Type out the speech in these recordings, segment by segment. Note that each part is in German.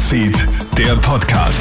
Newsfeed, der Podcast.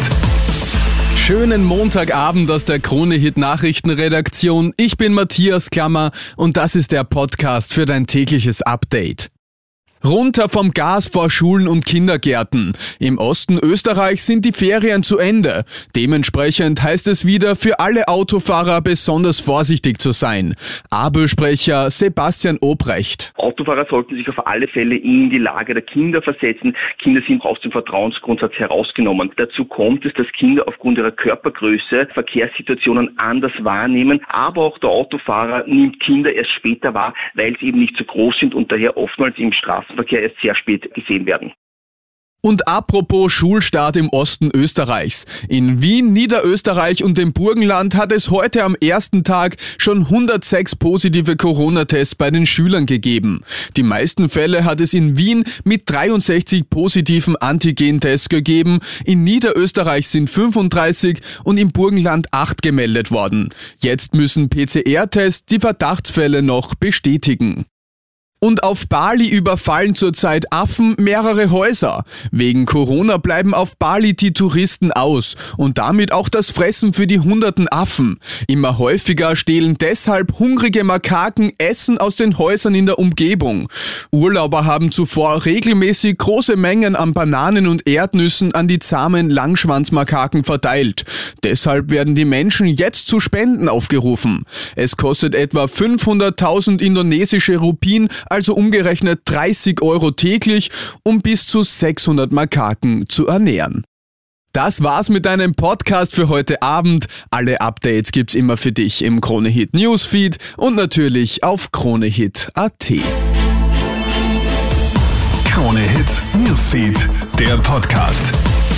Schönen Montagabend aus der Krone-Hit Nachrichtenredaktion. Ich bin Matthias Klammer und das ist der Podcast für dein tägliches Update. Runter vom Gas vor Schulen und Kindergärten. Im Osten Österreichs sind die Ferien zu Ende. Dementsprechend heißt es wieder für alle Autofahrer besonders vorsichtig zu sein. ABÖ-Sprecher Sebastian Obrecht. Autofahrer sollten sich auf alle Fälle in die Lage der Kinder versetzen. Kinder sind aus dem Vertrauensgrundsatz herausgenommen. Dazu kommt es, dass Kinder aufgrund ihrer Körpergröße Verkehrssituationen anders wahrnehmen. Aber auch der Autofahrer nimmt Kinder erst später wahr, weil sie eben nicht so groß sind und daher oftmals im Straßenverkehr erst sehr spät gesehen werden. Und apropos Schulstart im Osten Österreichs. In Wien, Niederösterreich und dem Burgenland hat es heute am ersten Tag schon 106 positive Corona-Tests bei den Schülern gegeben. Die meisten Fälle hat es in Wien mit 63 positiven Antigen-Tests gegeben. In Niederösterreich sind 35 und im Burgenland 8 gemeldet worden. Jetzt müssen PCR-Tests die Verdachtsfälle noch bestätigen. Und auf Bali überfallen zurzeit Affen mehrere Häuser. Wegen Corona bleiben auf Bali die Touristen aus und damit auch das Fressen für die hunderten Affen. Immer häufiger stehlen deshalb hungrige Makaken Essen aus den Häusern in der Umgebung. Urlauber haben zuvor regelmäßig große Mengen an Bananen und Erdnüssen an die zahmen Langschwanzmakaken verteilt. Deshalb werden die Menschen jetzt zu Spenden aufgerufen. Es kostet etwa 500.000 indonesische Rupien, also umgerechnet 30 Euro täglich, um bis zu 600 Makaken zu ernähren. Das war's mit deinem Podcast für heute Abend. Alle Updates gibt's immer für dich im Krone-Hit Newsfeed und natürlich auf kronehit.at. Krone-Hit Newsfeed, der Podcast.